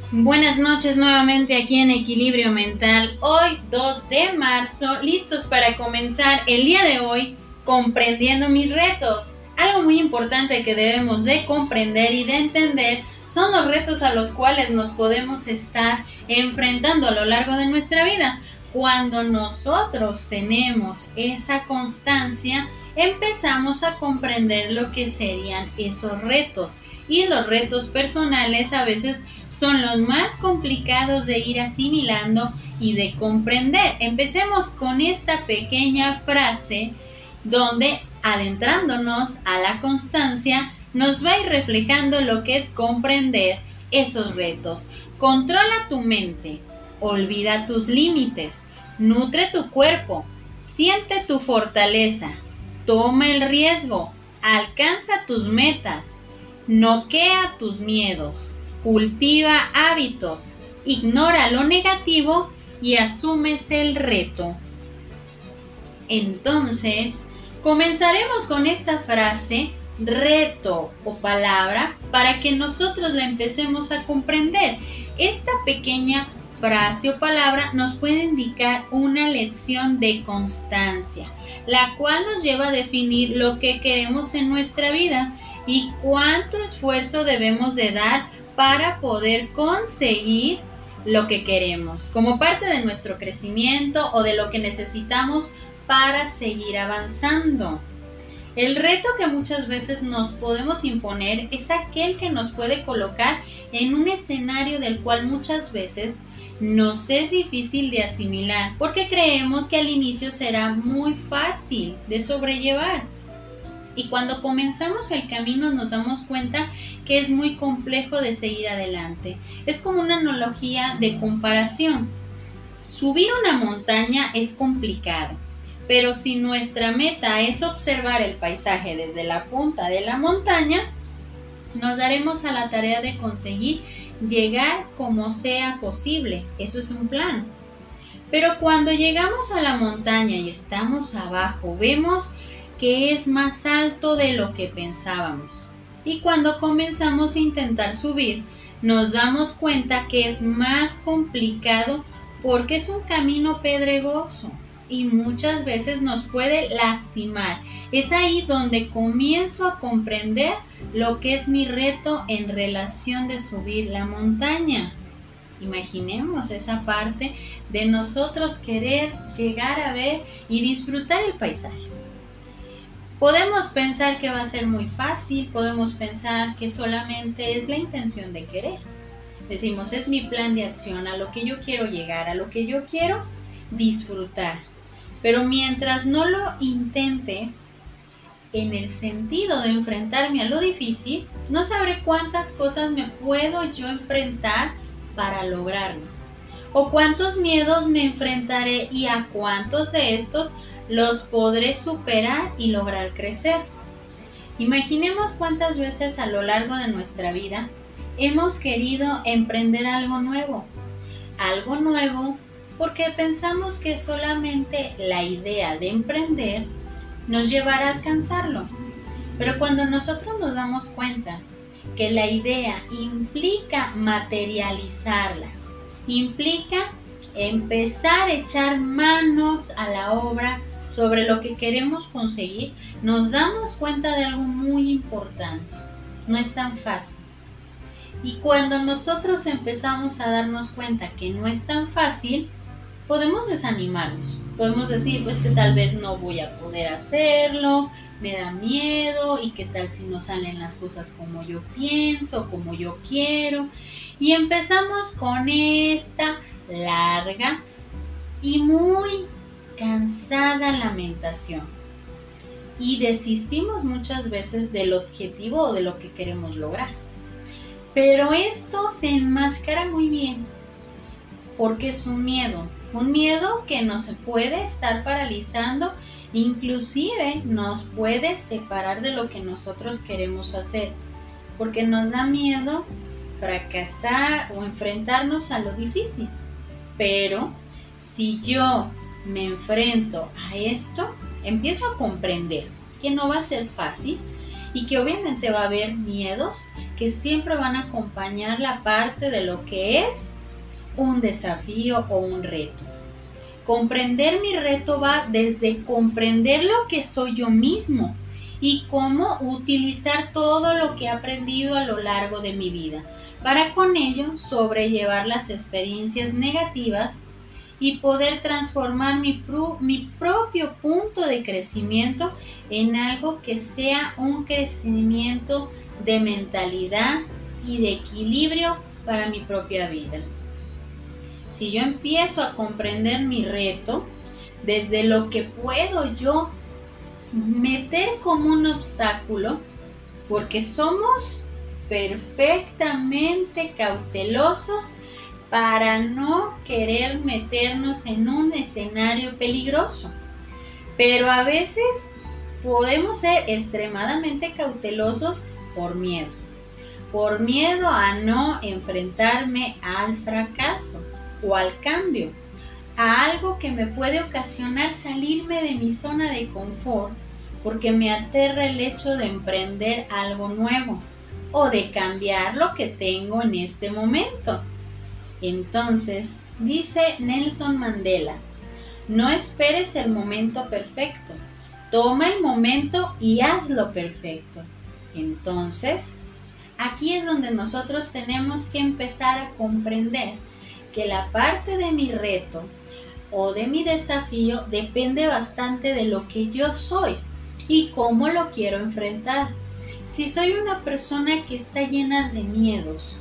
Buenas noches nuevamente aquí en Equilibrio Mental, hoy 2 de marzo, listos para comenzar el día de hoy comprendiendo mis retos. Algo muy importante que debemos de comprender y de entender son los retos a los cuales nos podemos estar enfrentando a lo largo de nuestra vida. Cuando nosotros tenemos esa constancia, empezamos a comprender lo que serían esos retos. Y los retos personales a veces son los más complicados de ir asimilando y de comprender. Empecemos con esta pequeña frase donde, adentrándonos a la constancia, nos va a ir reflejando lo que es comprender esos retos. Controla tu mente, olvida tus límites, nutre tu cuerpo, siente tu fortaleza, toma el riesgo, alcanza tus metas, noquea tus miedos, cultiva hábitos, ignora lo negativo y asumes el reto. Entonces, comenzaremos con esta frase, reto o palabra, para que nosotros la empecemos a comprender. Esta pequeña frase o palabra nos puede indicar una lección de constancia, la cual nos lleva a definir lo que queremos en nuestra vida y cuánto esfuerzo debemos de dar para poder conseguir lo que queremos, como parte de nuestro crecimiento o de lo que necesitamos para seguir avanzando. El reto que muchas veces nos podemos imponer es aquel que nos puede colocar en un escenario del cual muchas veces nos es difícil de asimilar, porque creemos que al inicio será muy fácil de sobrellevar. Y cuando comenzamos el camino nos damos cuenta que es muy complejo de seguir adelante. Es como una analogía de comparación. Subir una montaña es complicado, pero si nuestra meta es observar el paisaje desde la punta de la montaña, nos daremos a la tarea de conseguir llegar como sea posible. Eso es un plan. Pero cuando llegamos a la montaña y estamos abajo, vemos que es más alto de lo que pensábamos. Y cuando comenzamos a intentar subir, nos damos cuenta que es más complicado porque es un camino pedregoso y muchas veces nos puede lastimar. Es ahí donde comienzo a comprender lo que es mi reto en relación de subir la montaña. Imaginemos esa parte de nosotros querer llegar a ver y disfrutar el paisaje. Podemos pensar que va a ser muy fácil, podemos pensar que solamente es la intención de querer. Decimos, es mi plan de acción, a lo que yo quiero llegar, a lo que yo quiero disfrutar. Pero mientras no lo intente en el sentido de enfrentarme a lo difícil, no sabré cuántas cosas me puedo yo enfrentar para lograrlo. O cuántos miedos me enfrentaré y a cuántos de estos los podré superar y lograr crecer. Imaginemos cuántas veces a lo largo de nuestra vida hemos querido emprender algo nuevo porque pensamos que solamente la idea de emprender nos llevará a alcanzarlo. Pero cuando nosotros nos damos cuenta que la idea implica materializarla, implica empezar a echar manos a la obra sobre lo que queremos conseguir, nos damos cuenta de algo muy importante. No es tan fácil. Y cuando nosotros empezamos a darnos cuenta que no es tan fácil, podemos desanimarnos. Podemos decir, pues que tal vez no voy a poder hacerlo, me da miedo, y qué tal si no salen las cosas como yo pienso, como yo quiero. Y empezamos con esta larga y muy cansada lamentación y desistimos muchas veces del objetivo o de lo que queremos lograr. Pero esto se enmascara muy bien porque es un miedo que nos puede estar paralizando, inclusive nos puede separar de lo que nosotros queremos hacer, porque nos da miedo fracasar o enfrentarnos a lo difícil. Pero si yo me enfrento a esto, empiezo a comprender que no va a ser fácil y que obviamente va a haber miedos que siempre van a acompañar la parte de lo que es un desafío o un reto. Comprender mi reto va desde comprender lo que soy yo mismo y cómo utilizar todo lo que he aprendido a lo largo de mi vida, para con ello sobrellevar las experiencias negativas y poder transformar mi propio punto de crecimiento en algo que sea un crecimiento de mentalidad y de equilibrio para mi propia vida. Si yo empiezo a comprender mi reto desde lo que puedo yo meter como un obstáculo, porque somos perfectamente cautelosos para no querer meternos en un escenario peligroso, pero a veces podemos ser extremadamente cautelosos por miedo a no enfrentarme al fracaso o al cambio, a algo que me puede ocasionar salirme de mi zona de confort, porque me aterra el hecho de emprender algo nuevo o de cambiar lo que tengo en este momento. Entonces, dice Nelson Mandela, no esperes el momento perfecto, toma el momento y hazlo perfecto. Entonces, aquí es donde nosotros tenemos que empezar a comprender que la parte de mi reto o de mi desafío depende bastante de lo que yo soy y cómo lo quiero enfrentar. Si soy una persona que está llena de miedos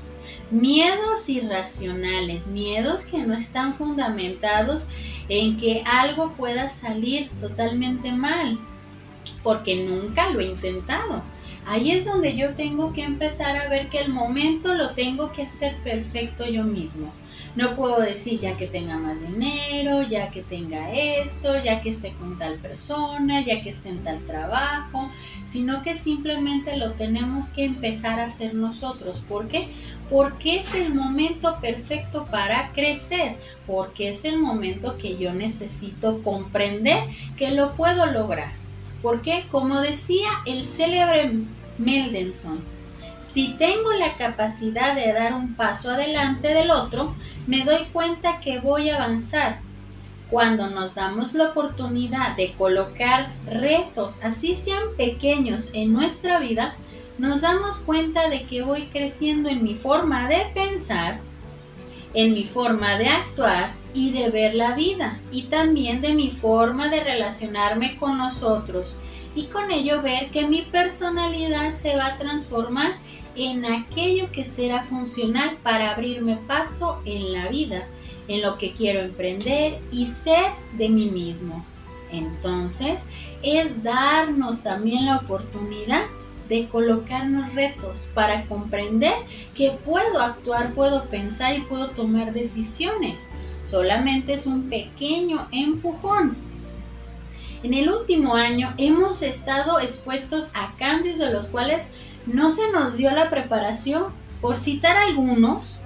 irracionales, miedos que no están fundamentados en que algo pueda salir totalmente mal, porque nunca lo he intentado. Ahí es donde yo tengo que empezar a ver que el momento lo tengo que hacer perfecto yo mismo. No puedo decir ya que tenga más dinero, ya que tenga esto, ya que esté con tal persona, ya que esté en tal trabajo, sino que simplemente lo tenemos que empezar a hacer nosotros. ¿Por qué? Porque es el momento perfecto para crecer, porque es el momento que yo necesito comprender que lo puedo lograr. Porque, como decía el célebre Mendelssohn, si tengo la capacidad de dar un paso adelante del otro, me doy cuenta que voy a avanzar. Cuando nos damos la oportunidad de colocar retos, así sean pequeños, en nuestra vida, nos damos cuenta de que voy creciendo en mi forma de pensar, en mi forma de actuar y de ver la vida, y también de mi forma de relacionarme con nosotros, y con ello ver que mi personalidad se va a transformar en aquello que será funcional para abrirme paso en la vida, en lo que quiero emprender y ser de mí mismo. Entonces, es darnos también la oportunidad de colocarnos retos para comprender que puedo actuar, puedo pensar y puedo tomar decisiones. Solamente es un pequeño empujón. En el último año hemos estado expuestos a cambios de los cuales no se nos dio la preparación. Por citar algunos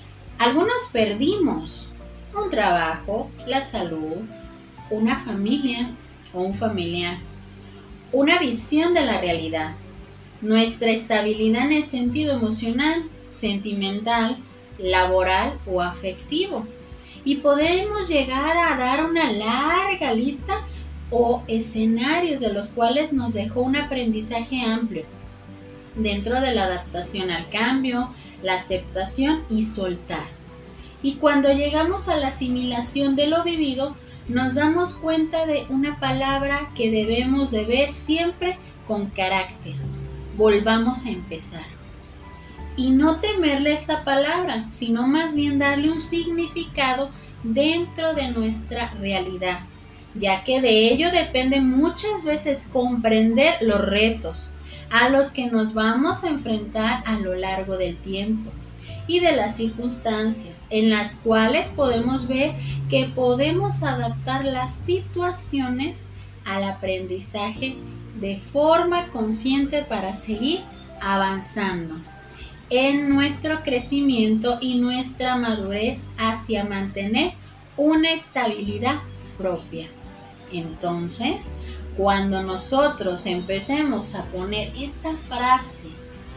perdimos un trabajo, la salud, una familia o un familiar, una visión de la realidad, nuestra estabilidad en el sentido emocional, sentimental, laboral o afectivo. Y podemos llegar a dar una larga lista o escenarios de los cuales nos dejó un aprendizaje amplio dentro de la adaptación al cambio, la aceptación y soltar. Y cuando llegamos a la asimilación de lo vivido, nos damos cuenta de una palabra que debemos de ver siempre con carácter. Volvamos a empezar. Y no temerle esta palabra, sino más bien darle un significado dentro de nuestra realidad, ya que de ello depende muchas veces comprender los retos a los que nos vamos a enfrentar a lo largo del tiempo y de las circunstancias en las cuales podemos ver que podemos adaptar las situaciones al aprendizaje de forma consciente para seguir avanzando en nuestro crecimiento y nuestra madurez hacia mantener una estabilidad propia. Entonces, cuando nosotros empecemos a poner esa frase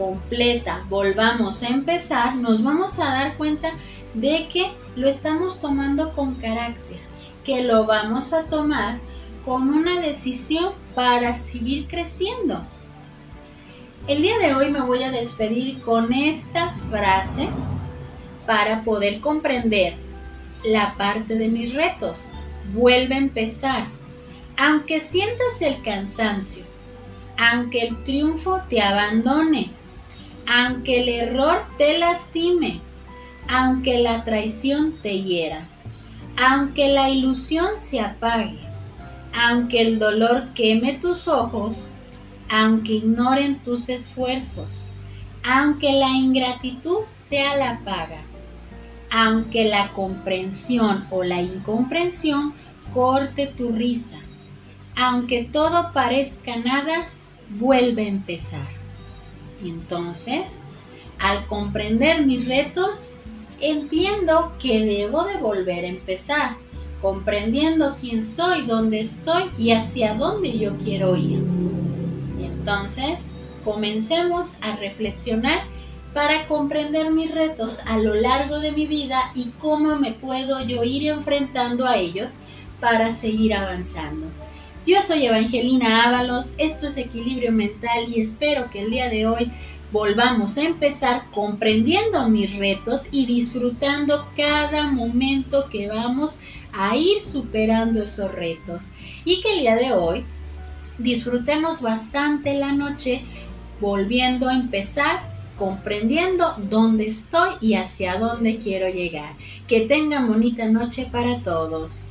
completa, volvamos a empezar, nos vamos a dar cuenta de que lo estamos tomando con carácter, que lo vamos a tomar con una decisión para seguir creciendo. El día de hoy me voy a despedir con esta frase para poder comprender la parte de mis retos. Vuelve a empezar. Aunque sientas el cansancio, aunque el triunfo te abandone, aunque el error te lastime, aunque la traición te hiera, aunque la ilusión se apague, aunque el dolor queme tus ojos, aunque ignoren tus esfuerzos, aunque la ingratitud sea la paga, aunque la comprensión o la incomprensión corte tu risa, aunque todo parezca nada, vuelve a empezar. Y entonces, al comprender mis retos, entiendo que debo de volver a empezar, comprendiendo quién soy, dónde estoy y hacia dónde yo quiero ir. Y entonces, comencemos a reflexionar para comprender mis retos a lo largo de mi vida y cómo me puedo yo ir enfrentando a ellos para seguir avanzando. Yo soy Evangelina Ábalos, esto es Equilibrio Mental y espero que el día de hoy volvamos a empezar comprendiendo mis retos y disfrutando cada momento que vamos a ir superando esos retos. Y que el día de hoy disfrutemos bastante la noche volviendo a empezar, comprendiendo dónde estoy y hacia dónde quiero llegar. Que tengan bonita noche para todos.